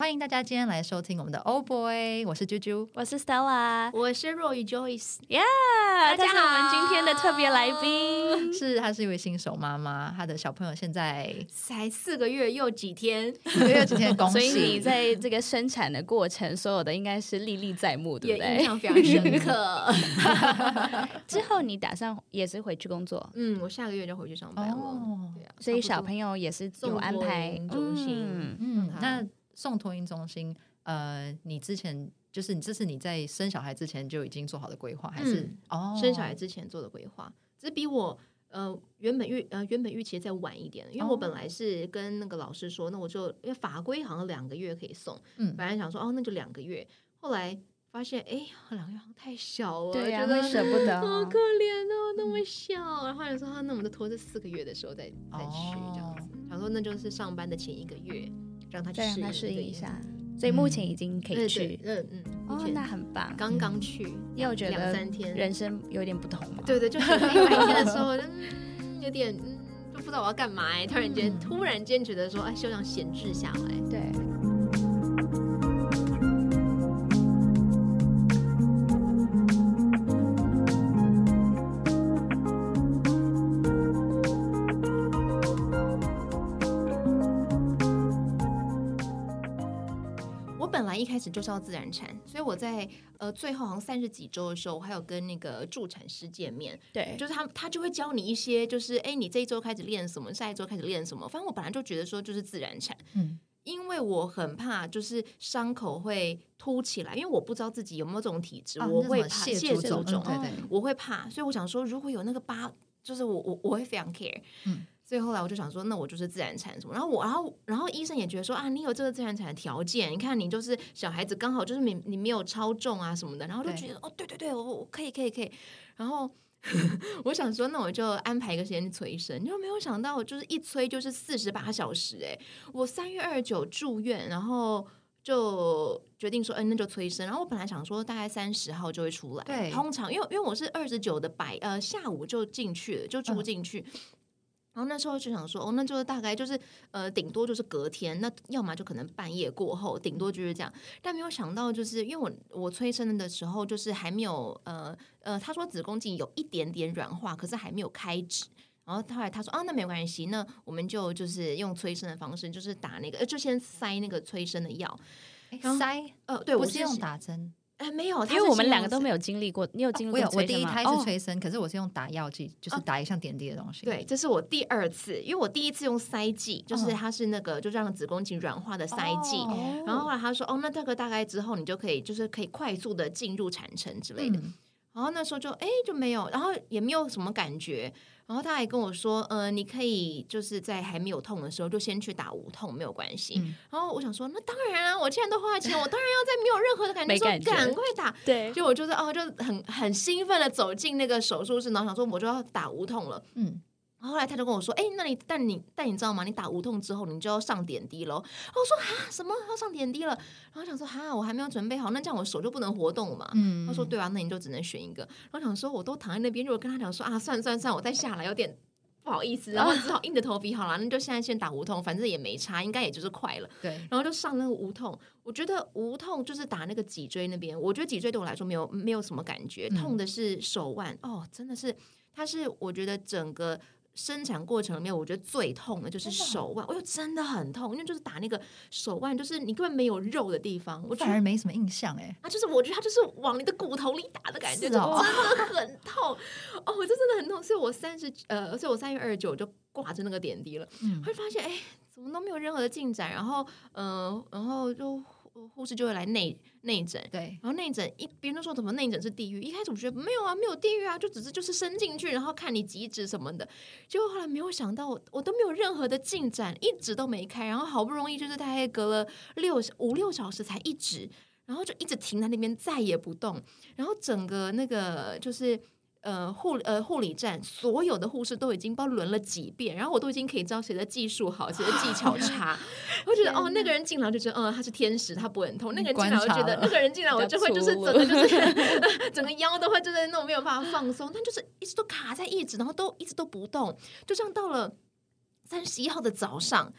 欢迎大家今天来收听我们的 Oh Boy， 我是啾啾， 我是 Stella， 我是若雨 Joyce， 大家好， 他是我们今天的特别来宾， 她是一位新手妈妈，她的小朋友现在才4个月又几天 ，4个月几天，恭喜！ 所以你在这个生产的过程，所有的应该是历历在目，对不对？ 也印象非常深刻。 之后你打算也是回去工作？ 我下个月就回去上班了。对啊， 所以小朋友也是有安排中心。 那送托婴中心，你之前就是这是你在生小孩之前就已经做好的规划，还是生小孩之前做的规划？只是比我原本预期再晚一点，因为我本来是跟那个老师说，那我就因为法规好像2个月可以送，本来想说那就2个月，后来发现2个月好像太小了， 对呀， 觉得舍不得， 好可怜哦，那么小。然后就说那我们就拖这4个月的时候再去这样子，想说那就是上班的前1个月。再让他适应一下，所以目前已经可以去，那很棒， 刚刚去， 因为我觉得 2-3天人生有点不同嘛， 对，就100天的时候，有点就不知道我要干嘛，突然间觉得说，就想闲置下来， 对。 一开始就是要自然产，所以我在最后好像30几周的时候，我还有跟那个助产师见面， 对， 就是他就会教你一些，就是你这一周开始练什么，下一周开始练什么。反正我本来就觉得说就是自然产，因为我很怕就是伤口会凸起来，因为我不知道自己有没有这种体质，我会怕蟹足肿，我会怕，所以我想说如果有那个疤，就是我会非常 care，所以后来我就想说，那我就是自然产什么。然后医生也觉得说你有这个自然产的条件，你看你就是小孩子刚好就是你没有超重啊什么的，然后就觉得对，我可以。然后我想说，那我就安排一个时间去催生，就没有想到就是一催就是48小时，我3月29住院，然后就决定说，那就催生。然后我本来想说大概30号就会出来， 对， 通常因为我是29的下午就进去了，就住进去。然后那时候就想说，那就是大概就是顶多就是隔天，那要么就可能半夜过后，顶多就是这样。但没有想到，就是因为我催生的时候，就是还没有他说子宫颈有一点点软化，可是还没有开指。然后后来他说那没关系，那我们就是用催生的方式，就是打那个就先塞那个催生的药， 塞对， 不是用打针。 没有， 因为我们2个都没有经历过。你有经历过？ 我第一胎是催生，可是我是用打药剂，就是打一个像点滴的东西。 对，这是我第2次，因为我第1次用塞剂，就是它是那个就让子宫颈软化的塞剂。然后后来他说那这个大概之后你就可以就是可以快速的进入产程之类的。然后那时候就没有，然后也没有什么感觉。然后他还跟我说你可以就是在还没有痛的时候就先去打无痛，没有关系。然后我想说那当然啊，我既然都花钱，我当然要在没有任何的感觉的时候赶快打。 对， 就我就是就很兴奋的走进那个手术室，然后想说我就要打无痛了。后来他就跟我说但你知道吗，你打无痛之后你就要上点滴咯。然后我说什么要上点滴了？然后想说我还没有准备好，那这样我手就不能活动了嘛。他说对啊，那你就只能选一个。然后想说我都躺在那边，如果跟他讲说算我再下来有点不好意思，然后只好硬着头皮好了，那就现在先打无痛，反正也没差，应该也就是快了。 对， 然后就上那个无痛。我觉得无痛就是打那个脊椎那边，我觉得脊椎对我来说没有什么感觉，痛的是手腕。真的是它是我觉得整个生产过程里面我觉得最痛的就是手腕，真的很痛，因为就是打那个手腕，就是你根本没有肉的地方， 我反而没什么印象就是我觉得它就是往你的骨头里打的感觉，真的很痛这真的很痛。所以我3月29就挂着那个点滴了，会发现怎么都没有任何的进展，然后就护士就会来内诊， 对， 然后内诊别人都说怎么内诊是地狱，一开始我觉得没有啊，没有地狱啊，就只是就是伸进去，然后看你极值什么的。结果后来没有想到我都没有任何的进展，一直都没开，然后好不容易就是大概隔了5-6小时才一指，然后就一直停在那边再也不动，然后整个那个就是护理站所有的护士都已经不知道轮了几遍，然后我都已经可以知道谁的技术好，谁的技巧差。我觉得那个人进来就觉得他是天使，他不会很痛。那个人进来我就觉得那个人进来我就会就是整个就是整个腰都会就是那种没有办法放松，但就是一直都卡在一直，然后都一直都不动，就这样到了31号的早上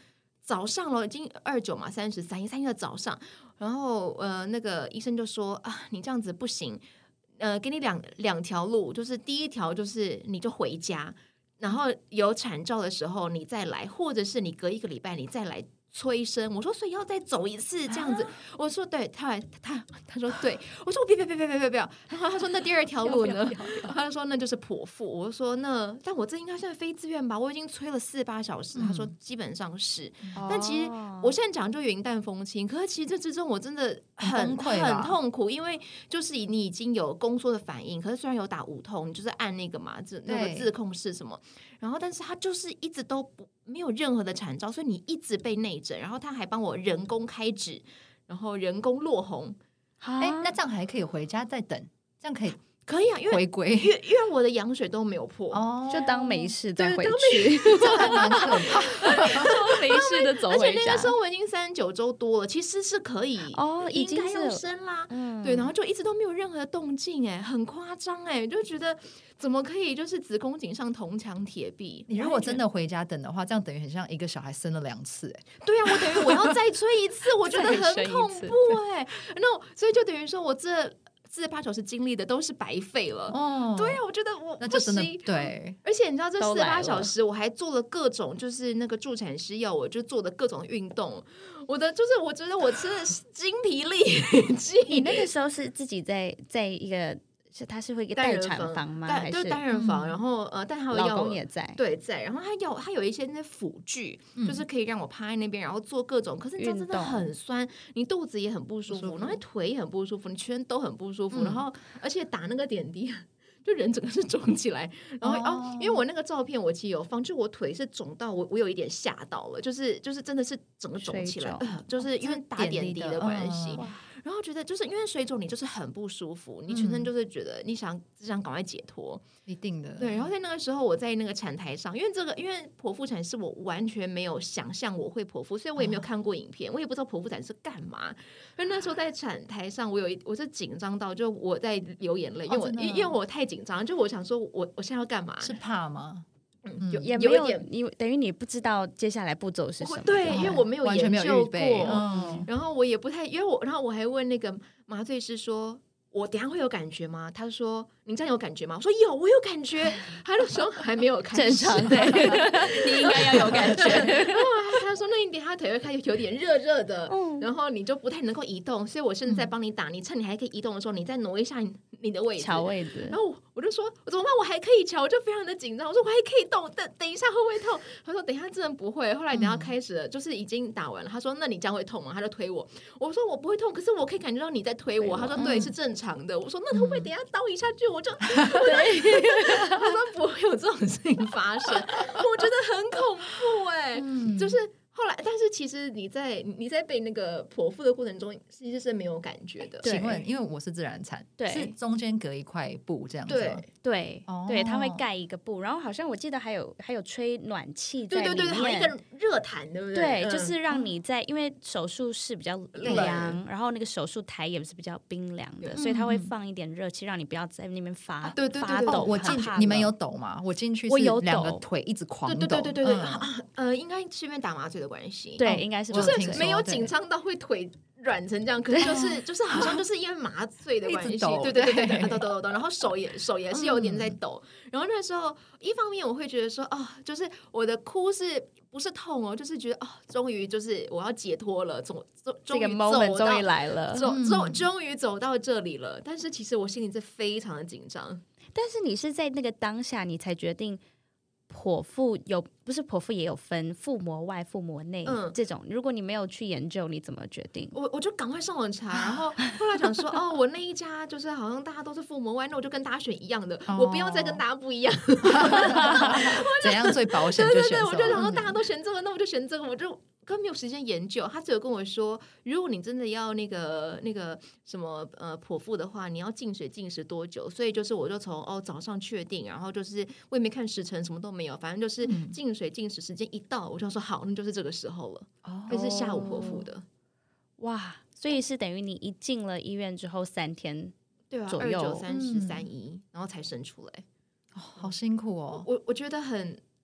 早上了，已经29嘛，33的早上，然后那个医生就说啊，你这样子不行，给你两条路，就是第一条就是你就回家，然后有产兆的时候你再来，或者是你隔1个礼拜你再来催生。我说所以要再走一次这样子，我说对，他说对，我说别，然后他说那第2条路呢？他就说那就是剖腹。我就说那但我这应该算非自愿吧？我已经催了48小时。他说基本上是，但其实我现在讲就云淡风轻，可是其实这之中我真的很痛苦，因为就是你已经有宫缩的反应，可是虽然有打无痛，你就是按那个嘛，那个自控室什么，然后但是他就是一直都没有任何的产兆，所以你一直被内诊，然后他还帮我人工开指，然后人工落红。 那这样还可以回家再等，这样可以啊，因为回归， 因为我的羊水都没有破， 就当没事再回去， 这还蛮可怕， 就没事的走回家。 而且那个时候我已经39周多了，其实是可以已经要生啦，对，然后就一直都没有任何的动静，很夸张，就觉得怎么可以就是子宫颈上铜墙铁壁。 你如果真的回家等的话，这样等于很像一个小孩生了2次， 对啊，我等于我要再催一次，我觉得很恐怖那所以就等于说我这48小时经历的都是白费了。对啊，我觉得我不行。对，而且你知道这48小时我还做了各种就是那个助产师要我就做的各种运动，我觉得我真的精疲力尽。 你那个时候是自己在一个他是会一个待产房吗？还是单人房？然后但他老公也在， 对，在。然后他有一些那辅具，就是可以让我趴在那边，然后做各种。可是你知道真的很酸，你肚子也很不舒服，然后腿也很不舒服，你全都很不舒服。然后而且打那个点滴，就人整个是肿起来。然后因为我那个照片我其实有放，就我腿是肿到我有一点吓到了，就是真的是整个肿起来，就是因为打点滴的关系。然后觉得就是因为水肿，你就是很不舒服，你全身就是觉得你想赶快解脱， 一定的。 对，然后在那个时候，我在那个产台上，因为剖腹产是我完全没有想象我会剖腹，所以我也没有看过影片，我也不知道剖腹产是干嘛。因为那时候在产台上，我是紧张到就我在流眼泪，因为我太紧张，就我想说我现在要干嘛？ 是怕吗？ 也没有，你等于你不知道接下来步骤是什么。 对，因为我没有研究过， 然后我也不太，然后我还问那个麻醉师说，我等一下会有感觉吗？他说您这样有感觉吗？我说有，我有感觉。他就说还没有开始， 正常的，你应该要有感觉。 然后他说那你等一下腿会开始有点热热的，然后你就不太能够移动，所以我现在在帮你打，你趁你还可以移动的时候，你再挪一下你的位置， 调位置。 然后我就说怎么办？我还可以调，我就非常的紧张。我说我还可以动，等一下会不会痛？他说等一下真的不会。后来等一下开始了，就是已经打完了。他说那你这样会痛吗？他就推我。我说我不会痛，可是我可以感觉到你在推我。他说对，是正常的。我说那会不会等一下刀一下去我就对？他说不会有这种事情发生，我觉得很恐怖就是。后来，但是其实你在被那个剖腹的过程中，其实是没有感觉的。 请问，因为我是自然产，是中间隔一块布这样子吗？ 对，它会盖一个布，然后好像我记得还有吹暖气在里面， 对，好像一个热毯，对不对？对，就是让你在，因为手术室比较凉，然后那个手术台也是比较冰凉的，所以它会放一点热气，让你不要在那边发抖。 我进去，你们有抖吗？我进去是2个腿一直狂抖。 对，应该是因为打麻醉的关系， 对，应该是就是没有紧张到会腿软成这样，可是就是好像就是因为麻醉的关系，对，抖，然后手也是有点在抖。然后那时候一方面我会觉得说就是我的哭是不是痛哦，就是觉得终于就是我要解脱了， 这个 moment 终于来了， 终于走到这里了。但是其实我心里是非常的紧张。 但是你是在那个当下你才决定剖腹不是剖腹也有分腹膜外腹膜内这种，如果你没有去研究你怎么决定？ 我就赶快上网查，然后后来想说我那一家就是好像大家都是腹膜外，那我就跟大家选一样的，我不要再跟大家不一样。 怎样最保险就选对，我就想说大家都选这个，那我就选这个，我就根本没有时间研究。他只有跟我说，如果你真的要那个什么剖腹的话，你要禁水禁食多久？所以就是我就从早上确定，然后就是我也没看时辰，什么都没有，反正就是禁水禁食时间一到，我就说好，那就是这个时候了。就是下午剖腹的。 哇，所以是等于你一进了医院之后3天左右， 29、30、31，然后才生出来。 好辛苦哦。 我觉得很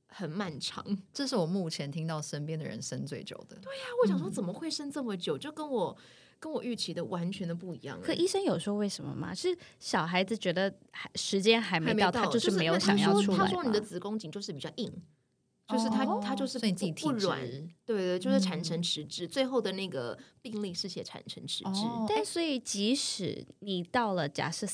很漫长。 这是我目前听到身边的人生最久的。 对呀，我想说怎么会生这么久，就跟我预期的完全的不一样。 可医生有说为什么吗？是小孩子觉得时间还没到，他就是没有想要出来吗？ 他说你的子宫颈就是比较硬，就是他就是不软，对，就是产程迟滞，最后的那个病例是写产程迟滞。 但所以即使你到了假设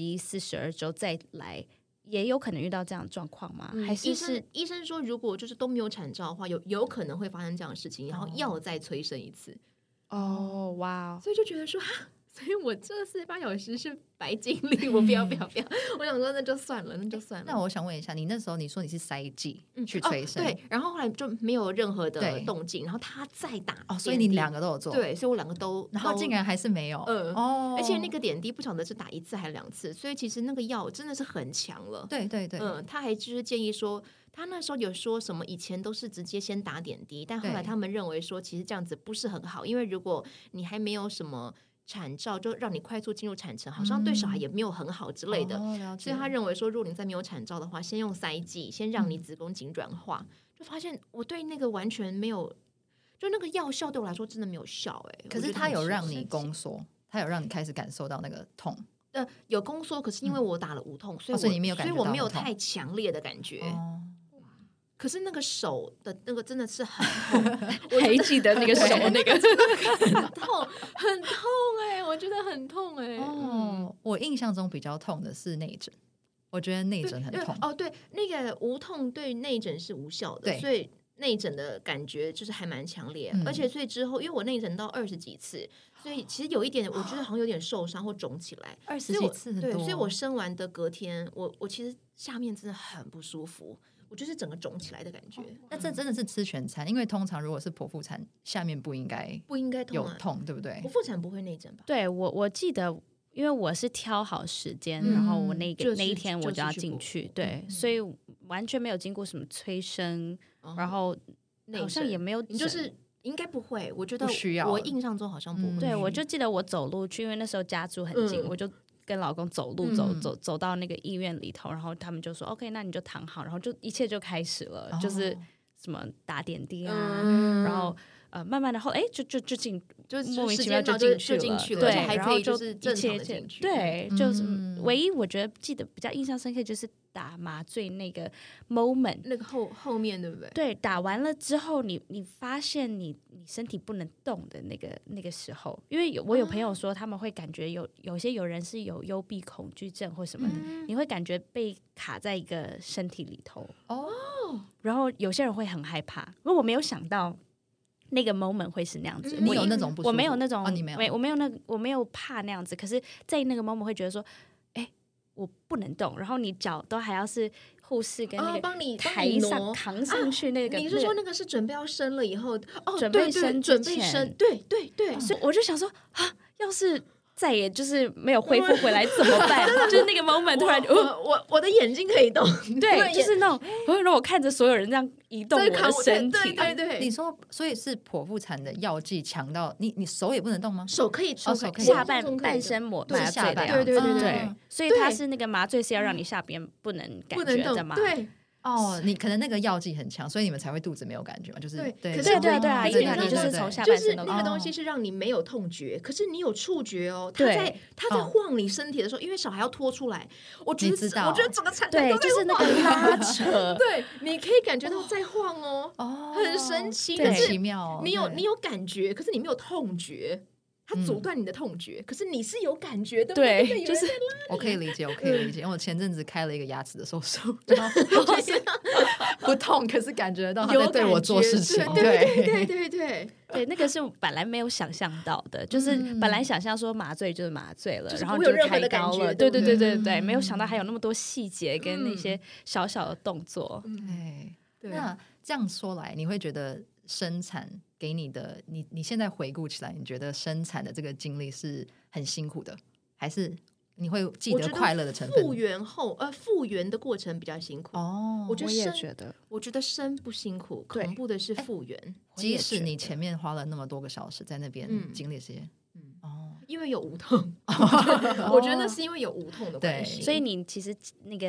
41、42周再来，也有可能遇到这样的状况吗？还是医生说，如果就是都没有产兆的话，有可能会发生这样的事情，然后要再催生一次。 哇！ 所以就觉得说所以我这48小时是白经历，我不要，我想说那就算了。 那我想问一下，你那时候你说你是塞剂去催生， 对，然后后来就没有任何的动静，然后他再打所以你2个都有做， 对，所以我2个都， 然后竟然还是没有， 而且那个点滴不晓得是打1次还是2次，所以其实那个药真的是很强了， 对， 他还就是建议说，他那时候有说什么以前都是直接先打点滴，但后来他们认为说其实这样子不是很好，因为如果你还没有什么产兆就让你快速进入产程，好像对小孩也没有很好之类的，所以他认为说，如果你再没有产兆的话，先用塞剂，先让你子宫颈软化，就发现我对那个完全没有，就那个药效对我来说真的没有效可是他有让你宫缩，他有让你开始感受到那个痛， 有宫缩，可是因为我打了无痛，所以你没有感觉到， 所以我没有太强烈的感觉。可是那个手的那个真的是很痛， 我还记得那个手那个很痛我觉得很痛我印象中比较痛的是内诊，我觉得内诊很痛。 对，那个无痛对内诊是无效的，所以内诊的感觉就是还蛮强烈，而且所以之后因为我内诊到20几次，所以其实有一点我觉得好像有点受伤或肿起来 ，20几次很多， 对，所以我生完的隔天我其实下面真的很不舒服，我就是整个肿起来的感觉。 那这真的是吃全餐，因为通常如果是剖腹产，下面不应该有痛，对不对？ 剖腹产不会内诊吧？ 对，我记得，因为我是挑好时间，然后我那一天我就要进去，对，所以完全没有经过什么催生，然后好像也没有， 你就是应该不会，我觉得不需要， 我印象中好像不会。 对，我就记得我走路去，因为那时候家住很近，我就跟老公走路走到那个医院里头，然后他们就说 OK， 那你就躺好，然后就一切就开始了，就是什么打点滴啊，然后慢慢的后就进，就莫名其妙就进去了， 对， 还可以就是正常的进去， 对，就是唯一我觉得记得比较印象深刻就是打麻醉那个 moment， 那个后面对不对？ 对，打完了之后你发现你身体不能动的那个时候，因为我有朋友说他们会感觉有人是有幽闭恐惧症或什么的，你会感觉被卡在一个身体里头然后有些人会很害怕，因为我没有想到那个 moment 会是那样子， 你有那种不舒服？ 我没有那种， 你没有， 我没有怕那样子。可是，在那个 moment 会觉得说，我不能动，然后你脚都还要是护士跟那个帮你抬上扛上去那个。 你是说那个是准备要生了以后准备生之前？ 对， 所以我就想说要是再也就是没有恢复回来怎么办？就是那个 moment 突然我的眼睛可以动， 对，就是那种让我看着所有人这样移动我的身体。 对， 你说，所以是剖腹产的药剂强到你手也不能动吗？ 手可以手可以下半身麻醉的， 对， 所以它是那个麻醉是要让你下边不能感觉的嘛？ 对。 你可能那个药剂很强，所以你们才会肚子没有感觉嘛？就是对啊，因为你就是从下半身就是那个东西是让你没有痛觉，可是你有触觉哦。它在晃你身体的时候，因为小孩要拖出来，我觉得整个产台都在晃， 就是那个拉扯， 对，你可以感觉到在晃很神奇， 很奇妙。 你有感觉，可是你没有痛觉。它阻断你的痛觉，可是你是有感觉的， 对，就是我可以理解，因为我前阵子开了一个牙齿的手术，然后不痛，可是感觉到他在对我做事情， 对， 那个是本来没有想象到的，就是本来想象说麻醉就是麻醉了，然后就开刀了，对，没有想到还有那么多细节跟那些小小的动作。 那这样说来，你会觉得生产给你的，你现在回顾起来，你觉得生产的这个经历是很辛苦的，还是你会记得快乐的成分？ 复原的过程比较辛苦我也觉得， 我觉得生不辛苦，恐怖的是复原。 即使你前面花了那么多个小时在那边经历这些， 因为有无痛，我觉得那是因为有无痛的关系， 所以你其实那个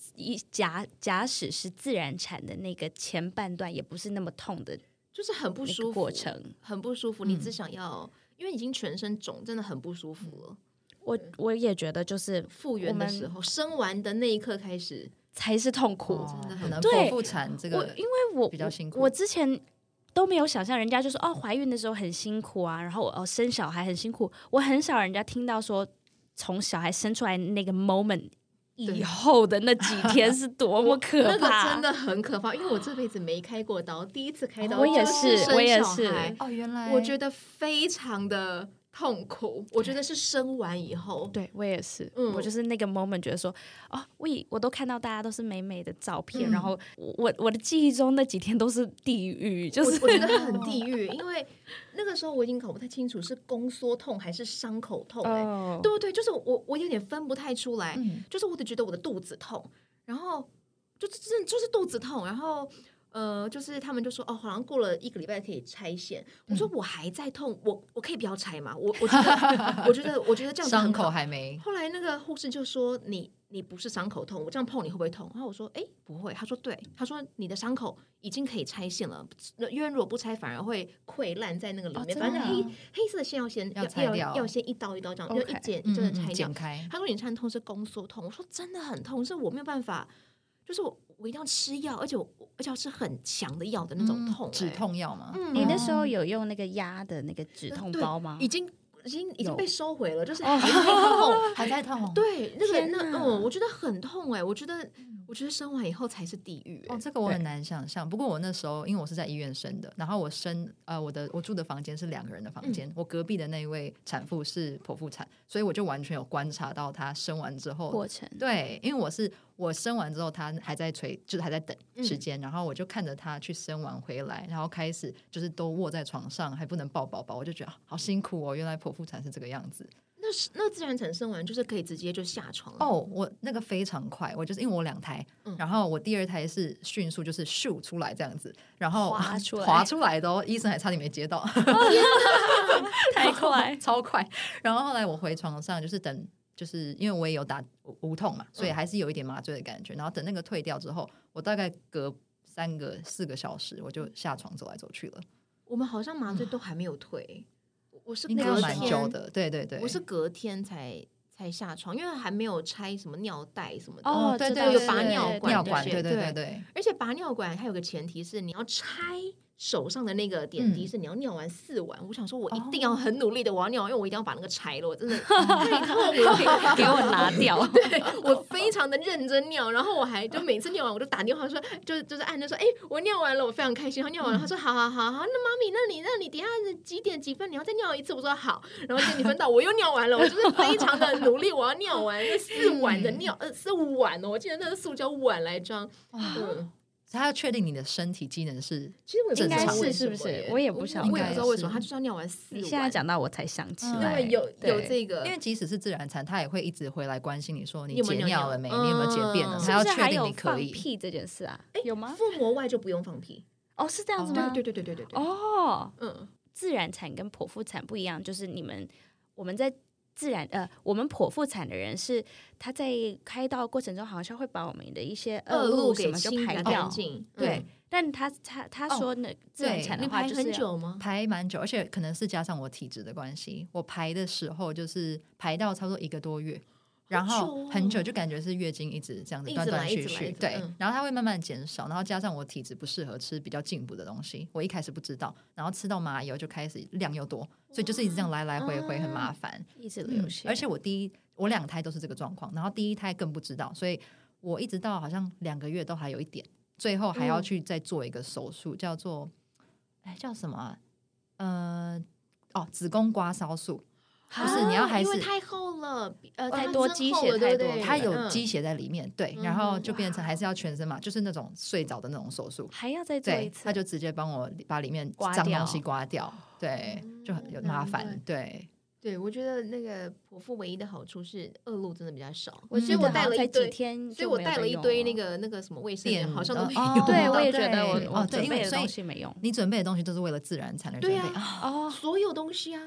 假使是自然产的那个前半段也不是那么痛的， 就是很不舒服过程， 很不舒服。你只想要，因为已经全身肿，真的很不舒服了。 我也觉得就是复原的时候，生完的那一刻开始才是痛苦， 真的可能剖腹产这个， 因为我比较辛苦。 我之前都没有想象，人家就说怀孕的时候很辛苦啊，然后生小孩很辛苦。我很少人家听到说从小孩生出来那个 moment 以后的那几天是多么可怕， 那个真的很可怕。因为我这辈子没开过刀，第一次开刀， 我也是。 原来我觉得非常的痛苦，我觉得是生完以后， 对我也是，我就是那个 moment 觉得说，我都看到大家都是美美的照片，然后我的记忆中那几天都是地狱，就是我觉得很地狱，因为那个时候我已经搞不太清楚是宫缩痛还是伤口痛，对不对？就是我有点分不太出来，就是我只觉得我的肚子痛，然后就是肚子痛，然后。就是他们就说好像过了1个礼拜可以拆线。我说我还在痛，我可以不要拆吗？我觉得这样子伤口还没。 后来那个护士就说你不是伤口痛，我这样碰你会不会痛？然后我说不会。他说对，他说你的伤口已经可以拆线了，因为如果不拆反而会溃烂在那个里面。反正黑色的线要先一刀一刀这样，就一剪一针的拆开。他说你穿痛是宫缩痛，我说真的很痛，是我没有办法。就是我一定要吃药，而且要吃很强的药的那种痛， 止痛药吗？ 你那时候有用那个压的那个止痛包吗？ 已经被收回了，就是还在痛， 还在痛。 对，我觉得很痛我觉得生完以后才是地狱这个我很难想象。不过我那时候因为我是在医院生的，然后我住的房间是2个人的房间，我隔壁的那一位产妇是剖腹产，所以我就完全有观察到她生完之后过程。 对，因为我生完之后她还在就是还在等时间，然后我就看着她去生完回来，然后开始就是都卧在床上还不能抱宝宝，我就觉得好辛苦原来剖腹产是这个样子。 那自然产生完就是可以直接就下床了我那个非常快，我就是因为我2胎，然后我第2胎是迅速就是咻出来这样子，然后滑出来的医生还差点没接到太快超快。然后后来我回床上就是等，就是因为我也有打无痛嘛，所以还是有一点麻醉的感觉，然后等那个退掉之后，我大概隔4个小时我就下床走来走去了。 我们好像麻醉都还没有退，我是应该蛮久的，对， 我是隔天才下床，因为还没有拆什么尿袋什么的。 对，有拔尿管， 对。 而且拔尿管还有个前提是你要拆手上的那个点滴，是你要尿完4碗。我想说，我一定要很努力的，我要尿完，因为我一定要把那个拆了，我真的太痛了， 给我拿掉。 对，我非常的认真尿，然后我还就每次尿完我就打电话说，就是按着说，我尿完了，我非常开心。然后尿完了，他说好，那妈咪，那你等一下几点几分你要再尿一次？我说好。然后10分到，我又尿完了，我就是非常的努力，我要尿完那4碗的尿，4碗我记得那是塑胶碗来装。 他要确定你的身体机能是， 其实我应该是不是？我也不晓得， 我也不知道为什么，他就是要尿完4碗。 你现在讲到我才想起来， 因为有这个， 因为即使是自然产，他也会一直回来关心你说你解尿了没，你有没有解便了， 是要确定你可以。 放屁这件事啊，有吗？ 腹膜外就不用放屁是这样子吗？ 对。 自然产跟剖腹产不一样，就是我们在我们剖腹产的人是他在开刀过程中好像会把我们的一些恶露什么就排掉，对。但他说呢，自然产的话就是你排很久吗？ 排蛮久，而且可能是加上我体质的关系，我排的时候就是排到差不多1个多月。然后很久，就感觉是月经一直这样子断断续续，对，然后它会慢慢减少，然后加上我体质不适合吃比较进补的东西，我一开始不知道，然后吃到麻油就开始量又多，所以就是一直这样来来回回很麻烦， 一直流血。 而且我2胎都是这个状况，然后第1胎更不知道，所以我一直到好像2个月都还有一点，最后还要去再做一个手术，叫做叫什么子宫刮痧术。就是你要还是因为太厚了， 太多鸡血太多， 它有鸡血在里面，对，然后就变成还是要全身嘛，就是那种睡着的那种手术， 还要再做一次， 他就直接帮我把里面脏东西刮掉，对，就很麻烦，对。 对，我觉得那个剖腹唯一的好处是恶露真的比较少， 我所以我带了一堆几天， 所以我带了一堆那个什么卫生棉，好像都没用。 对，我也觉得我准备的东西没用。 你准备的东西都是为了自然产而准备啊，所有东西啊，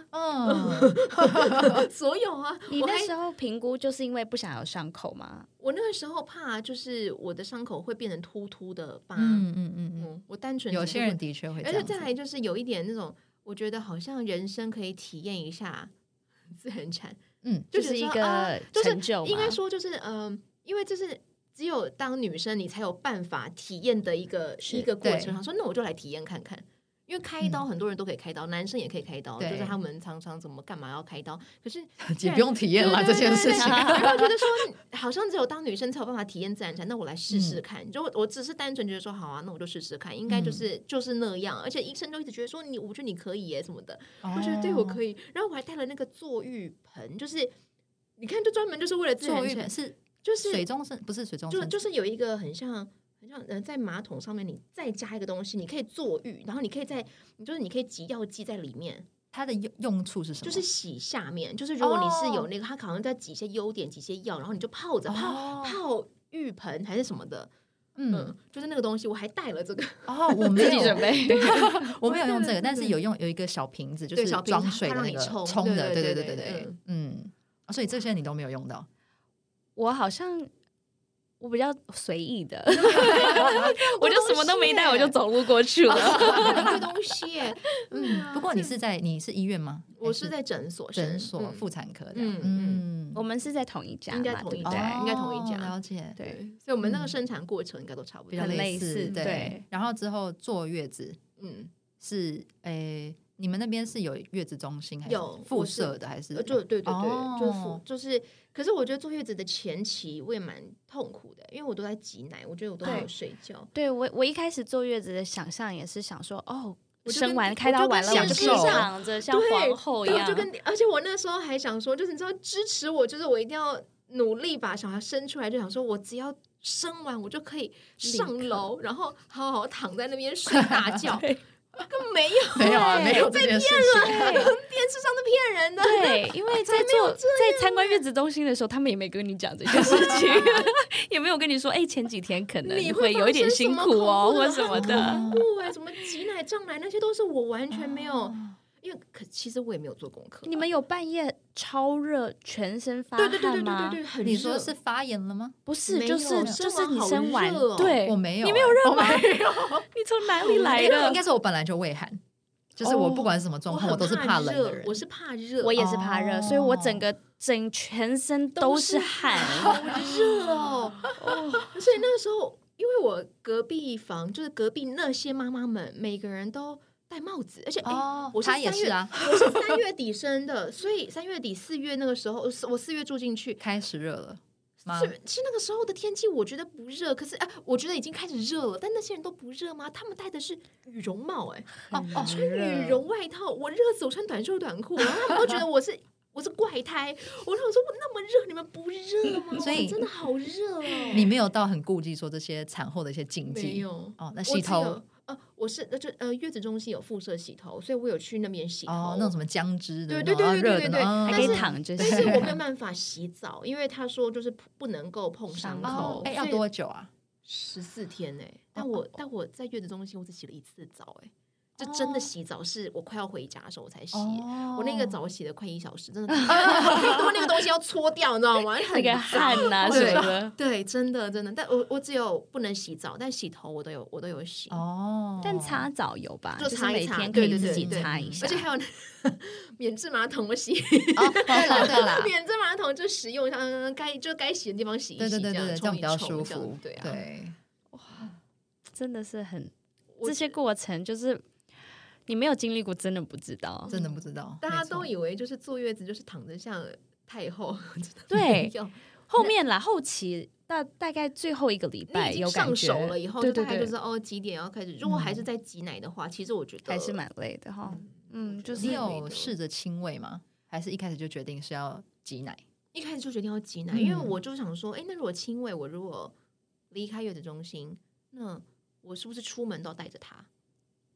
所有啊。 你那时候评估就是因为不想有伤口吗？ 我那个时候怕就是我的伤口会变成突突的疤。我单纯有些人的确会这样， 而且再来就是有一点那种，我觉得好像人生可以体验一下自然产， 就是一个成就嘛， 应该说就是因为这是只有当女生你才有办法体验的一个过程。他说那我就来体验看看，因为开刀很多人都可以开刀，男生也可以开刀，就是他们常常怎么干嘛要开刀，可是也不用体验了这件事情。 我觉得说好像只有当女生才有办法体验自然产，那我来试试看。就我只是单纯觉得说好啊，那我就试试看，应该就是那样。而且医生就一直觉得说我觉得你可以耶什么的，我觉得对我可以。然后我还带了那个坐浴盆，就是你看就专门就是为了自然产， 是就是水中生不是水中生， 就是有一个很像在马桶上面你再加一个东西，你可以坐浴，然后你可以挤药剂在里面。 它的用处是什么？ 就是洗下面，就是如果你是有那个，它好像在挤些优点、挤些药，然后你就泡着泡浴盆还是什么的，就是那个东西。我还带了这个我没有自己准备， 我没有用这个，但是有一个小瓶子，就是装水的那个冲的，对，所以这些你都没有用到。 我好像我比较随意的，我就什么都没带，我就走路过去了。 这东西， 不过你是医院吗？ 我是在诊所妇产科的。 我们是在同一家， 应该同一家。 了解， 对，所以我们那个生产过程应该都差不多， 比较类似。 对， 然后之后坐月子，是你们那边是有月子中心还是附设的还是？ 对，就是。可是我觉得坐月子的前期我也蛮痛苦的，因为我都在挤奶，我觉得我都没有睡觉。 对，我一开始坐月子的想象也是想说，生完开刀完了，我就可以躺着像皇后一样。 而且我那时候还想说，就是你知道支持我，就是我一定要努力把小孩生出来，就想说我只要生完我就可以上楼，然后好好躺在那边睡大觉。根本没有这件事情， 电视上是骗人的。 对，因为在参观月子中心的时候，他们也没跟你讲这件事情，也没有跟你说，前几天可能会有一点辛苦哦，或什么的。 什么挤奶、胀奶，那些都是我完全没有。因为其实我也没有做功课。 你们有半夜超热，全身发汗吗？ 对，很热。 你说是发炎了吗？ 不是，就是你生完，对， 我没有， 你没有热吗？你从哪里来的？ 应该是我本来就畏寒，就是我不管是什么状况，我都是怕冷的人。 我是怕热， 我也是怕热，所以我整全身都是汗， 好热哦。所以那个时候，因为我隔壁房就是隔壁那些妈妈们，每个人都戴帽子，而且他也是啊， 我是3月底生的，所以3月底4月那个时候，我4月住进去， 开始热了。 其实那个时候的天气我觉得不热，可是我觉得已经开始热了。但那些人都不热吗？他们戴的是羽绒帽，穿羽绒外套，我热死，我穿短袖短裤，然后他们都觉得我是怪胎。我想说，我那么热，你们不热吗？所以真的好热哦。 你没有到很顾忌说这些产后的一些禁忌？ 没有那洗头。 我是月子中心有附设洗头，所以我有去那边洗头。 那种什么姜汁的， 对， 还可以躺着。 但是我没有办法洗澡，因为他说就是不能够碰伤口。 要多久啊 ？14天但我在月子中心我只洗了1次澡就真的洗澡是我快要回家的时候我才洗，我那个澡洗了快1小时，真的那个东西要搓掉，你知道吗？ 那个汗啊什么的， 对，真的。但我只有不能洗澡，但洗头我都有洗。 但擦澡有吧？ 就擦每天可以自己擦一下， 而且还有免治马桶我洗。 对啦， 免治马桶就使用一下，该洗的地方洗一洗， 对，这样比较舒服。 对， 哇，真的是很这些过程就是。你没有经历过，真的不知道， 大家都以为就是坐月子就是躺着像太后， 对，后面啦，后期大概最后1个礼拜有上手了以后， 对， 大概就是几点要开始。如果还是在挤奶的话，其实我觉得还是蛮累的哈。就是你有试着亲喂吗？还是一开始就决定是要挤奶？ 一开始就决定要挤奶，因为我就想说，那如果亲喂，我如果离开月子中心，那我是不是出门都要带着他？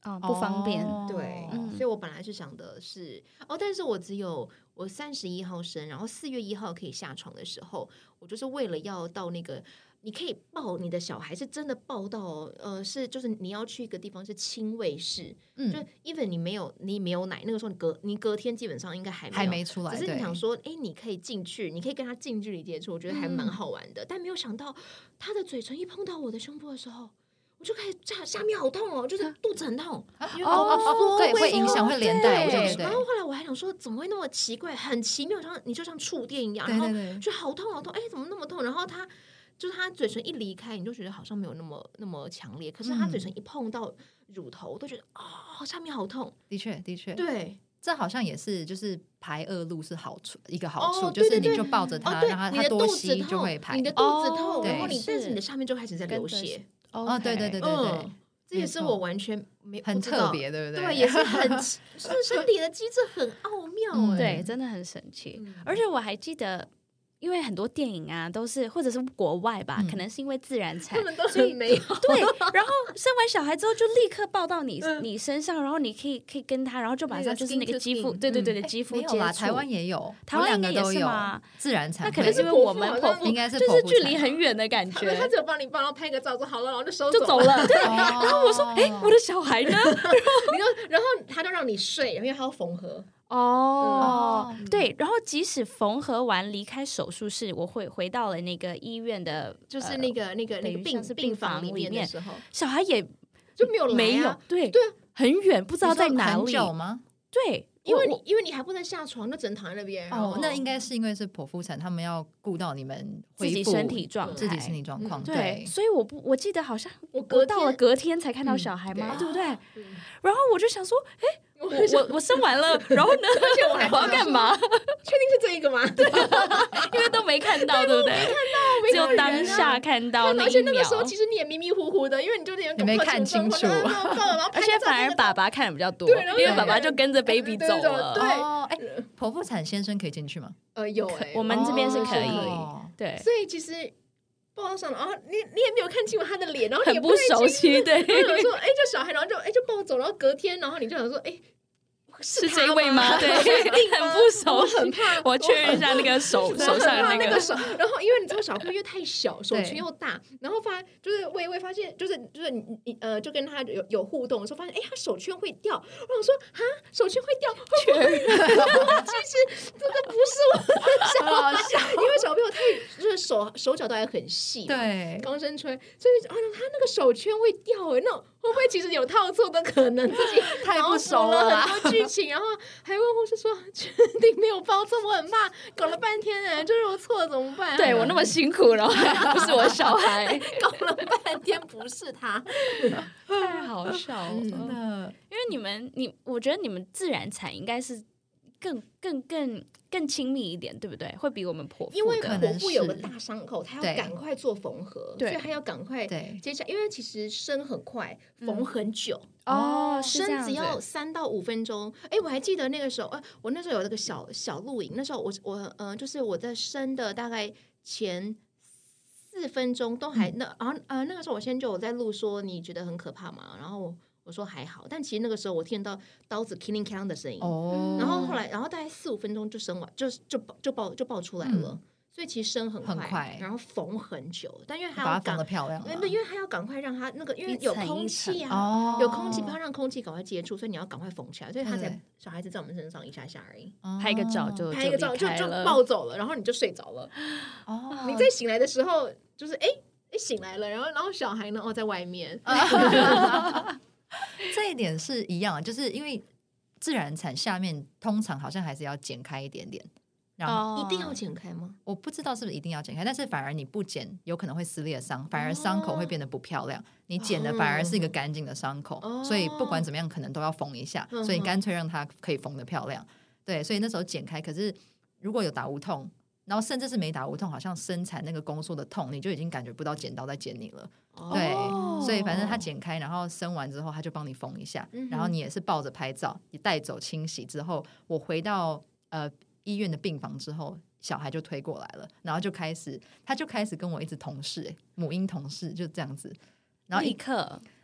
不方便。 对，所以我本来是想的是但是我只有我31号生，然后4月1号可以下床的时候，我就是为了要到那个你可以抱你的小孩，是真的抱到就是你要去一个地方是亲喂室，就 even 你没有奶，那个时候你隔天基本上应该还没出来， 只是你想说你可以进去，你可以跟他近距离接触，我觉得还蛮好玩的，但没有想到他的嘴唇一碰到我的胸部的时候，我就开始下面好痛哦，就是肚子很痛， 对，会影响会连带，对。 然后后来我还想说怎么会那么奇怪，很奇妙，你就像触电一样，然后就好痛好痛，怎么那么痛，然后他嘴唇一离开，你就觉得好像没有那么强烈，可是他嘴唇一碰到乳头，我都觉得下面好痛。 的确， 对， 这好像也是就是排恶露是一个好处，就是你就抱着它，让它多吸就会排。 你的肚子痛，然后但是你的下面就开始在流血。 对， 这也是我完全很特别，对不对？ 对，也是就是身体的机制很奥妙， 对，真的很神奇。而且我还记得。因为很多电影啊，都是或者是国外吧，可能是因为自然产， 他们都很没有对。然后生完小孩之后，就立刻抱到你身上，然后你可以跟他，然后就马上就是那个肌肤，对的肌肤接触。 台湾也有， 台湾应该也是吗？ 自然产， 那可能是因为我们应该是就是距离很远的感觉。 他只有帮你拍个照就好了，然后就走了。对。然后我说，我的小孩呢？ 然后他就让你睡，因为他要缝合。 对，然后即使缝合完离开手术室，我会回到了那个医院的， 就是那个病房里面的时候， 小孩也就没有来啊， 对，很远，不知道在哪里。 很久吗？ 对， 因为你还不能下床，就只能躺在那边。 那应该是因为是剖腹产，他们要顾到你们自己身体状况， 对，所以我记得好像我到了隔天才看到小孩嘛，对不对？然后我就想说，我生完了，然后呢？ 而且我要干嘛？ 确定是这一个吗？ 对，因为都没看到，对不对？只有当下看到那一秒。而且那个时候其实你也迷迷糊糊的，因为你就那没看清楚， 而且反而爸爸看的比较多，因为爸爸就跟着 baby 走了。 对， 剖腹产先生可以进去吗？ 有我们这边是可以。对， 所以其实。抱到上了，然后你也没有看清楚他的脸，然后你也不熟悉，对。 然后说，就小孩，然后就抱走，然后隔天，然后你就想说， 是这位吗？对，很不熟， 我很怕。 我确认一下那个手上的那个手，然后因为你知道小朋友因为太小，手群又大，然后就是我发现就是你就跟他有互动的时候，发现他手圈会掉，我想说手圈会掉，其实这个不是我的小孩，因为小朋友太就是手脚都还很细， 对， 刚生出来，所以他那个手圈会掉那会不会其实有套错的可能？自己太不熟了很多剧情，然后还问护士说确定没有包错，我很怕，搞了半天就是我错了怎么办？ 对我那么辛苦，然后不是我小孩， 搞了半天不是他， 太好笑了， 真的。 因为我觉得你们自然产应该是更亲密一点，对不对？会比我们剖腹， 因为剖腹有个大伤口，他要赶快做缝合， 所以他要赶快接下来，因为其实生很快，缝很久生只要3到5分钟。我还记得那个时候，我那时候有那个小录影，那时候我就是我在生的大概前4分钟都还那个时候我在录说你觉得很可怕吗？然后我说还好，但其实那个时候我听到刀子 killing killing 的声音，然后后来大概4、5分钟就生完，就爆出来了，所以其实生很快，然后缝很久，但因为还要缝得漂亮， 因为还要赶快让它那个，因为有空气啊，有空气不要让空气赶快接触，所以你要赶快缝起来，所以小孩子在我们身上一下下而已， 拍个照就抱走了，然后你就睡着了，你在醒来的时候就是醒来了，然后小孩呢在外面。 这一点是一样，就是因为自然产下面通常好像还是要剪开一点点，然后一定要剪开吗？ 我不知道是不是一定要剪开，但是反而你不剪有可能会撕裂伤，反而伤口会变得不漂亮，你剪的反而是一个干净的伤口，所以不管怎么样可能都要缝一下，所以干脆让它可以缝得漂亮。对，所以那时候剪开，可是如果有打无痛，然后甚至是没打无痛，好像生产那个宫缩的痛你就已经感觉不到剪刀在剪你了，对，所以反正他剪开，然后生完之后他就帮你缝一下，然后你也是抱着拍照，你带走清洗之后，我回到医院的病房之后，小孩就推过来了，然后他就开始跟我一直同事母婴同事就这样子，然后立刻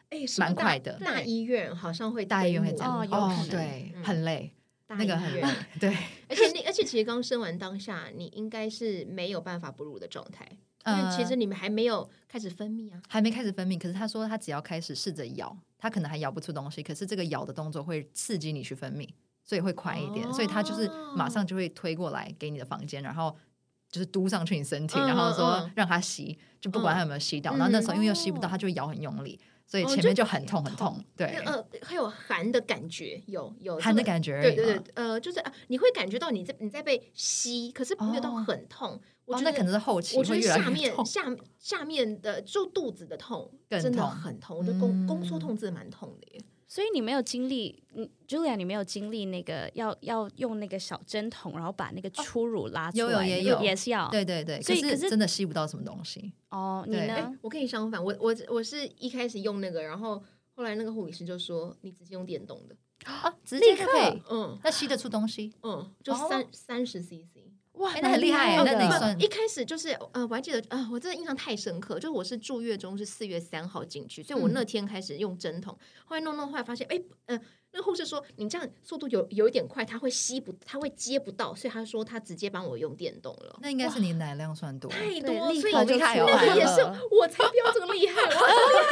蛮快的。 大医院好像会大医院会这样对，很累，那个很累，对。 而且其实刚生完当下，你应该是没有办法哺乳的状态。因为其实你们还没有开始分泌啊， 还没开始分泌。可是他说他只要开始试着咬，他可能还咬不出东西，可是这个咬的动作会刺激你去分泌，所以会快一点。所以他就是马上就会推过来给你的房间，然后就是嘟上去你身体，然后说让他吸，就不管他有没有吸到。然后那时候因为又吸不到，他就会咬很用力，所以前面就很痛很痛。对， 还有寒的感觉，有寒的感觉， 对，就是你会感觉到你在被吸，可是没有到很痛。我觉得那可能是后期， 我觉得下面的就肚子的痛真的很痛，我觉得宫缩痛真的蛮痛的耶。 所以你没有经历，Julia， 你没有经历那个要用那个小针筒，然后把那个初乳拉出来，也是要， 对对对。可是真的吸不到什么东西。 你呢？ 我跟你相反，我是一开始用那个，然后后来那个护理师就说你直接用电动的直接就可以，那吸得出东西， 就30 cc。 哇， 那很厉害耶！那你算一开始就是我还记得我真的印象太深刻，就是我是住院中是4月3号进去，所以我那天开始用针筒，后来弄后来发现那个护士说你这样速度有一点快，他会接不到，所以他说他直接帮我用电动了。 那应该是你奶量算多， 太多，所以好厉害哦！ 那个也是我才不要这么厉害，我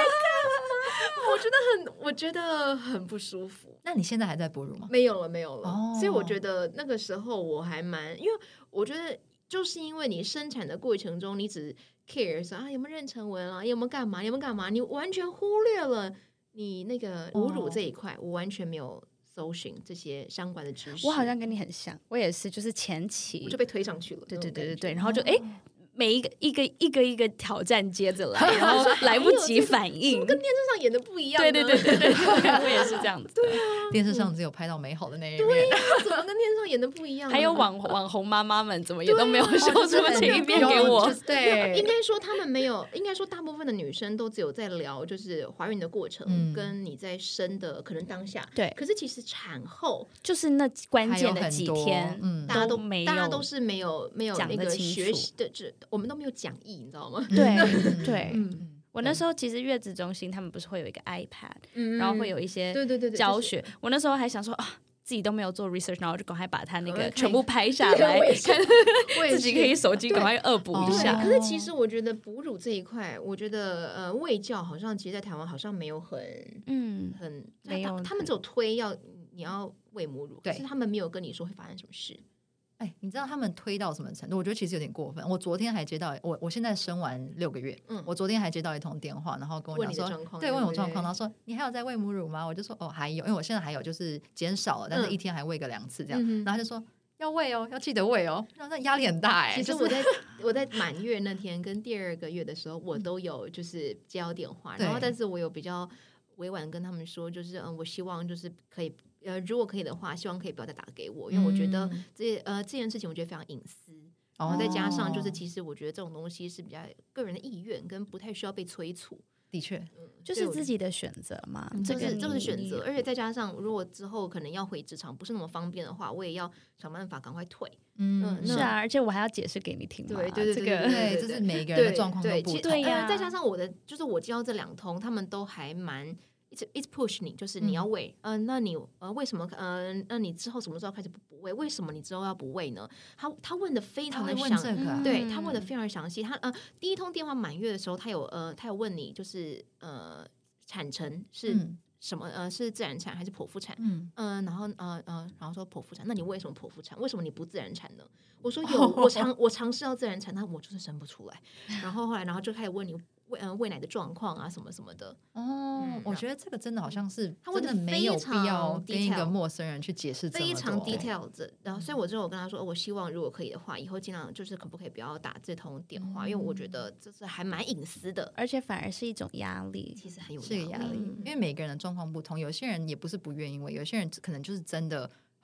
觉得很不舒服。 那你现在还在哺乳吗？ 没有了。所以我觉得那个时候我还因为我觉得就是因为你生产的过程中，你只 care 说有没有妊娠纹啊，有没有干嘛，你完全忽略了你那个哺乳这一块，我完全没有搜寻这些相关的知识。 我好像跟你很像，我也是，就是前期我就被推上去了。 对，然后就每一个挑战接着来，然后来不及反应， 跟电视上演的不一样。 对，我也是这样子。 对啊， 电视上只有拍到美好的那一面， 对啊，怎么跟电视上演的不一样？ 还有网红妈妈们怎么也都没有秀出这一面给我。 对， 应该说他们没有，应该说大部分的女生都只有在聊就是怀孕的过程，跟你在生的可能当下。 对， 可是其实产后就是那关键的几天， 大家都是没有那个学习的，我们都没有讲义，你知道吗？ 对，我那时候其实月子中心他们不是会有一个 iPad，然后会有一些教学。我那时候还想说自己都没有做 research， 然后就赶快把它那个全部拍下来，看自己可以手机赶快恶补一下。 可是其实我觉得哺乳这一块，我觉得卫教好像其实在台湾好像没有很没有， 他们只有推你要喂母乳，可是他们没有跟你说会发生什么事。 你知道他们推到什么程度？我觉得其实有点过分。我昨天还接到我现在生完6个月，我昨天还接到一通电话，然后跟我讲说，对，问我状况，然后说你还有在喂母乳吗？我就说还有，因为我现在还有就是减少了，但是一天还喂个2次这样。然后他就说要喂哦，要记得喂哦，那压力很大其实我在满月那天跟第2个月的时候，我都有就是接到电话，然后但是我有比较委婉跟他们说，就是我希望就是可以。如果可以的话，希望可以不要再打给我，因为我觉得这件事情我觉得非常隐私，然后再加上就是其实我觉得这种东西是比较个人的意愿，跟不太需要被催促。 的确， 就是自己的选择嘛， 这是选择，而且再加上如果之后可能要回职场不是那么方便的话，我也要想办法赶快退。 是啊，而且我还要解释给你听嘛。 对， 这是每个人的状况都不同。 对呀， 再加上就是我接到这2通，他们都还蛮。一直 push 你，就是你要喂，那你为什么那你之后什么时候开始不喂？为什么你之后要不喂呢？他问的非常的详细，对他问的非常的详细。他第一通电话满月的时候，他有问你，就是产程是什么？是自然产还是剖腹产？然后说剖腹产，那你为什么剖腹产？为什么你不自然产呢？我说我尝试要自然产，但我就是生不出来。然后就开始问你。喂奶的状况啊，什么什么的。 我觉得这个真的好像是真的没有必要跟一个陌生人去解释这么多， 非常 detailed。然后，所以我跟他说，我希望如果可以的话，以后尽量就是可不可以不要打这通电话，因为我觉得这是还蛮隐私的， 而且反而是一种压力。 其实很有压力，因为每个人的状况不同，有些人也不是不愿意喂，有些人可能就是真的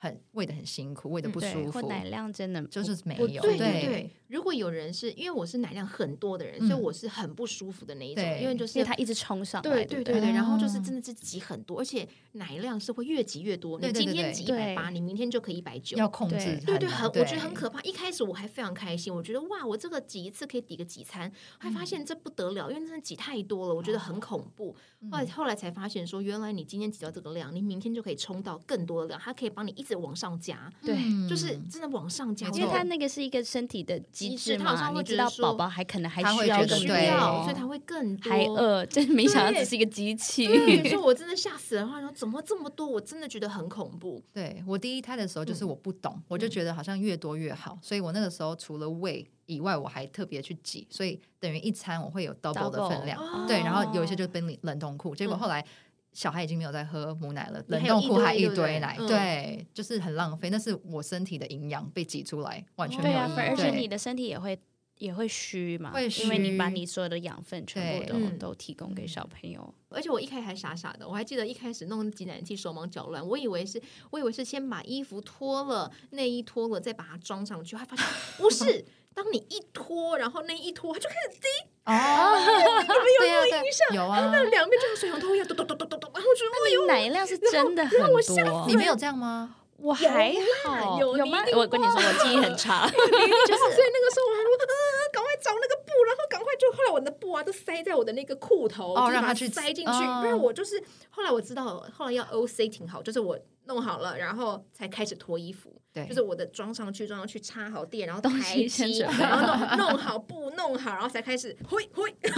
喂的很辛苦，喂的不舒服， 或奶量真的就是没有。 对，如果有人是因为我是奶量很多的人，所以我是很不舒服的那一种，因为就是它一直冲上来， 对，然后就是真的是挤很多，而且奶量是会越挤越多。你今天挤180，你明天就可以190， 要控制。 对，我觉得很可怕。一开始我还非常开心，我觉得哇，我这个挤一次可以抵个几餐，还发现这不得了，因为真的挤太多了，我觉得很恐怖。后来才发现说，原来你今天挤到这个量，你明天就可以冲到更多的量，它可以帮你一直往上加。 对， 就是真的往上加， 因为它那个是一个身体的机制嘛，你知道宝宝还可能还需要更多， 所以它会更多， 还饿，真没想到只是一个机器。 对，所以我真的吓死了，然后怎么这么多，我真的觉得很恐怖。 对，我第一胎的时候就是我不懂，我就觉得好像越多越好，所以我那个时候除了喂以外，我还特别去挤，所以等于一餐我会有 double 的分量。对，然后有一些就冰冷冻库，结果后来小孩已经没有在喝母奶了，冷冻库还一堆奶，对，就是很浪费。那是我身体的营养被挤出来，完全没有意义。 而且你的身体也会虚嘛，因为你把你所有的养分全部都提供给小朋友。 而且我一开始还傻傻的，我还记得一开始弄挤奶器手忙脚乱，我以为是先把衣服脱了，内衣脱了，再把它装上去，还发现不是。当你一脱，然后内衣一脱，它就开始滴。你们有没有印象？ 有啊， 那两边就像水龙头一样，咚咚咚咚咚咚。然后就奶量是真的很多。 你没有这样吗？ 我还好，有吗？我跟你说，我记忆很差。 就是所以那个时候我还说，赶快找那个布，然后赶快就后来我的布都塞在我的那个裤头， 让它去塞进去。不然我就是后来我知道，后来要 OC 挺好，就是我弄好了，然后才开始脱衣服。 对， 就是我的装上去插好垫，然后台机，然后弄好布弄好，然后才开始挥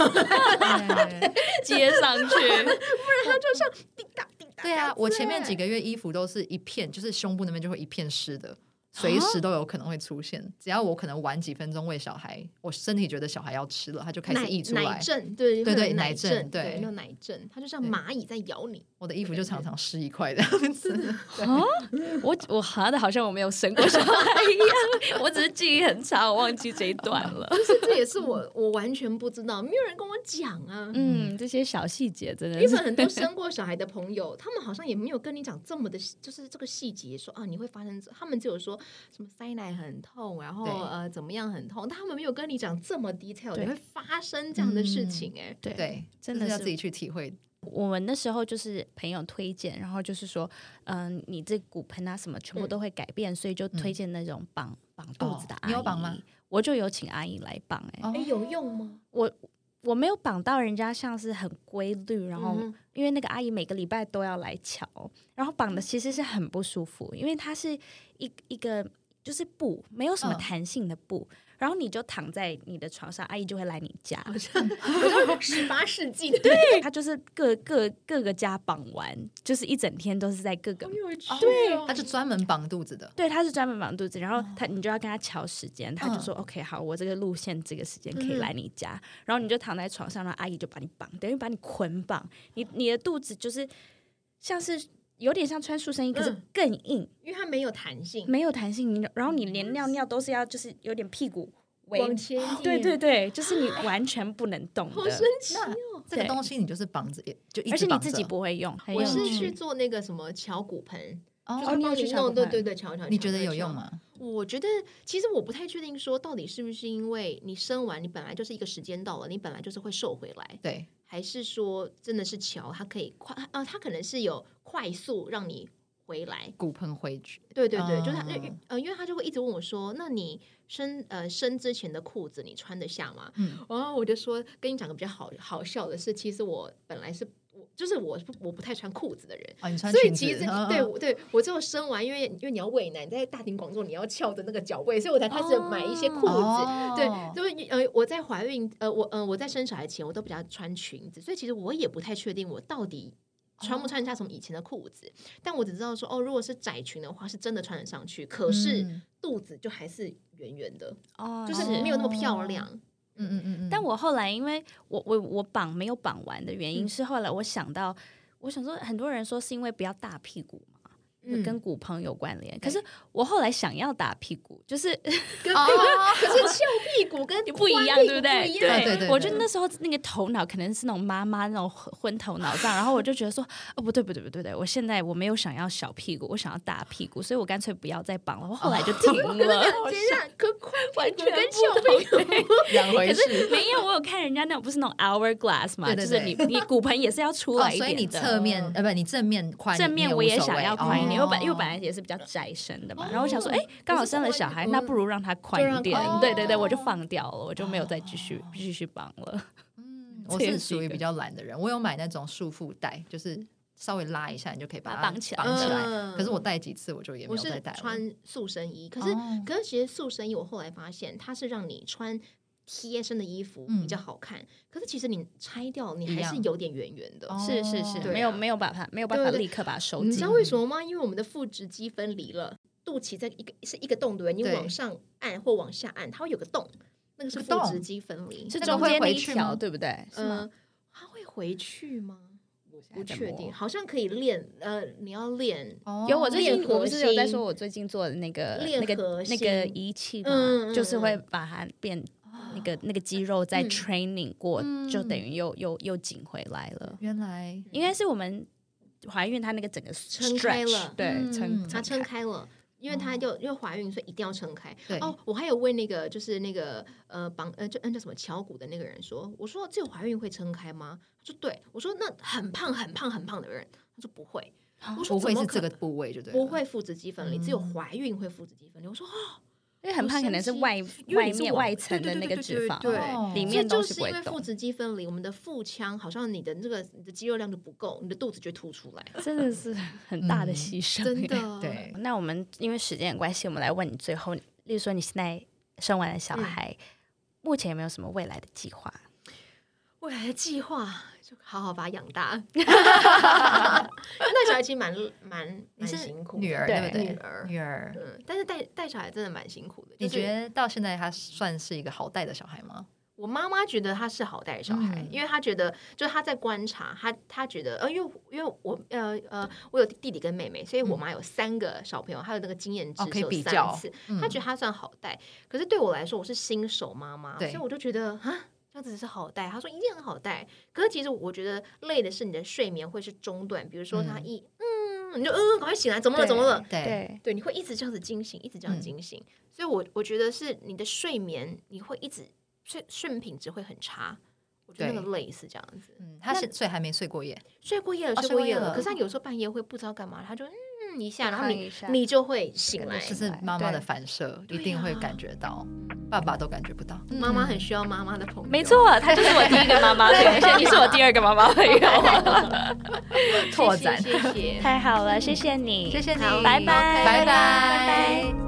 接上去，不然它就像滴答滴答。 对啊，我前面几个月衣服都是一片，就是胸部那边就会一片湿的。随时都有可能会出现，只要我可能晚几分钟喂小孩，我身体觉得小孩要吃了，它就开始溢出来。 奶症，对， 奶症， 对，有奶症，它就像蚂蚁在咬你。 我的衣服就常常湿一块这样子。 我好像我没有生过小孩一样，我只是记忆很差，我忘记这一段了。 这也是我完全不知道，没有人跟我讲啊。 这些小细节真的是。 因为很多生过小孩的朋友，他们好像也没有跟你讲这么的，就是这个细节说啊，你会发生，他们只有说什么塞奶很痛，然后怎么样很痛，他们没有跟你讲这么 detail， 你会发生这样的事情。 对， 真的是要自己去体会。 我们那时候就是朋友推荐，然后就是说，你这骨盆啊什么全部都会改变，所以就推荐那种绑肚子的阿姨。 你有绑吗？ 我就有请阿姨来绑。 有用吗？ 我没有绑到人家像是很规律，然后因为那个阿姨每个礼拜都要来瞧，然后绑的其实是很不舒服，因为它是一个就是布，没有什么弹性的布。然后你就躺在你的床上，阿姨就会来你家， 好像18世纪的。 对，他就是各个家绑完，就是一整天都是在各个。 对， 他是专门绑肚子的。 对，他是专门绑肚子，然后你就要跟他瞧时间，他就说 OK 好，我这个路线这个时间可以来你家，然后你就躺在床上，然后阿姨就把你绑，等于把你捆绑，你的肚子就是像是。有点像穿塑身衣，可是更硬， 因为它没有弹性， 然后你连尿尿都是要就是有点屁股往前对对对，就是你完全不能动的。 好神奇哦！ 这个东西你就是绑着，就一直绑着， 而且你自己不会用。 我是去做那个什么瞧骨盆，就是你有去瞧骨盆？ 对，瞧。 你觉得有用吗？ 我觉得其实我不太确定，说到底是不是因为你生完，你本来就是一个时间到了，你本来就是会瘦回来， 对， 还是说真的是瞧它可以它可能是有快速让你回来骨盆回去。 对，就是他因为他就会一直问我说，那你生之前的裤子你穿得下吗？然后我就说，跟你讲个比较好笑的是，其实我本来是我不太穿裤子的人， 你穿所以其实对我只有生完，因为你要喂奶，你在大庭广众你要翘着那个脚位，所以我才开始买一些裤子。对，就是我在怀孕我在生小孩前我都比较穿裙子，所以其实我也不太确定我到底穿不穿得下什么以前的裤子，但我只知道说如果是窄裙的话是真的穿得上去，可是肚子就还是圆圆的，就是没有那么漂亮。 但我后来因为我绑没有绑完的原因是后来我想说很多人说是因为不要大屁股嘛， 跟骨盆有关联。可是我后来想要打屁股，就是可是翘屁股跟不一样，对不对？ 对， 我觉得那时候那个头脑可能是那种妈妈那种昏头脑胀，然后我就觉得说，不对，我现在我没没有想要小屁股，我想要大屁股，所以我干脆不要再绑了。我后来就停了。 接下来可宽屁股跟小屁股两回事。 可是没有，我有看人家那种不是那种 hourglass 嘛，就是你骨盆也是要出来一点的。 所以你侧面不，你正面宽， 正面我也想要宽一点，因为本来也是比较窄身的嘛。然后我想说，刚好生了小孩，那不如让它宽一点。对，我就放掉了，我就没有再继续绑了。 我是属于比较懒的人，我有买那种束缚带，就是稍微拉一下，你就可以把它绑起来。可是我戴几次我就也没有再戴了。 我是穿塑身衣，可是其实塑身衣我后来发现它是让你穿贴身的衣服比较好看，可是其实你拆掉你还是有点圆圆的。 是，没有办法立刻把它收紧。 你知道为什么吗？因为我们的腹直肌分离了，肚脐在一个洞，对不对？你往上按或往下按，它会有个洞。那个是腹直肌分离， 是中间那一条，对不对？ 它会回去吗？我不确定，好像可以练。你要练。 有我最近我不是有在说，我最近做的那个仪器嘛，就是会把它变那个肌肉在 training 过，就等于又紧回来了。 原来应该是我们怀孕，它那个整个撑开了， 对， 它撑开了。因为因为怀孕，所以一定要撑开。我还有问那个就是那个就叫什么敲骨的那个人说，我说只有怀孕会撑开吗？他说对。我说那很胖的人，他说不会。我说不会是这个部位就对了， 不会腹直肌分离，只有怀孕会腹直肌分离。我说因为很胖可能是外层的那个脂肪， 对， 里面都是不会动。就是因为腹直肌分离，我们的腹腔好像你的肌肉量就不够，你的肚子就凸出来， 真的是很大的牺牲， 真的。 对，那我们因为时间的关系，我们来问你最后，例如说你现在生完了小孩，目前有没有什么未来的计划？ 未来的计划就好好把他养大。那小孩其实蛮辛苦的， 女儿对不对？女儿， 但是带小孩真的蛮辛苦的。 你觉得到现在他算是一个好带的小孩吗？ 我妈妈觉得他是好带的小孩，因为她觉得就是她在观察，她觉得因为我有弟弟跟妹妹，所以我妈有3个小朋友，还有那个经验值可以比较 3次，她觉得他算好带。可是对我来说，我是新手妈妈，所以我就觉得这样子是好带。他说一定很好带，可是其实我觉得累的是你的睡眠会是中断，比如说他你就赶快醒来，怎么了？对，你会一直这样子惊醒，一直这样惊醒。所以我觉得是你的睡眠，你会一直睡眠品质会很差。我觉得那个累是这样子。 他所以还没睡过夜？ 睡过夜了。可是他有时候半夜会不知道干嘛，他就一下，然后你就会醒来。 这是妈妈的反射，一定会感觉到，爸爸都感觉不到。 妈妈很需要妈妈的朋友。 没错，她就是我第一个妈妈，对，你是我第2个妈妈朋友。 拓展， 谢谢， 太好了，谢谢你， 谢谢你， 拜拜。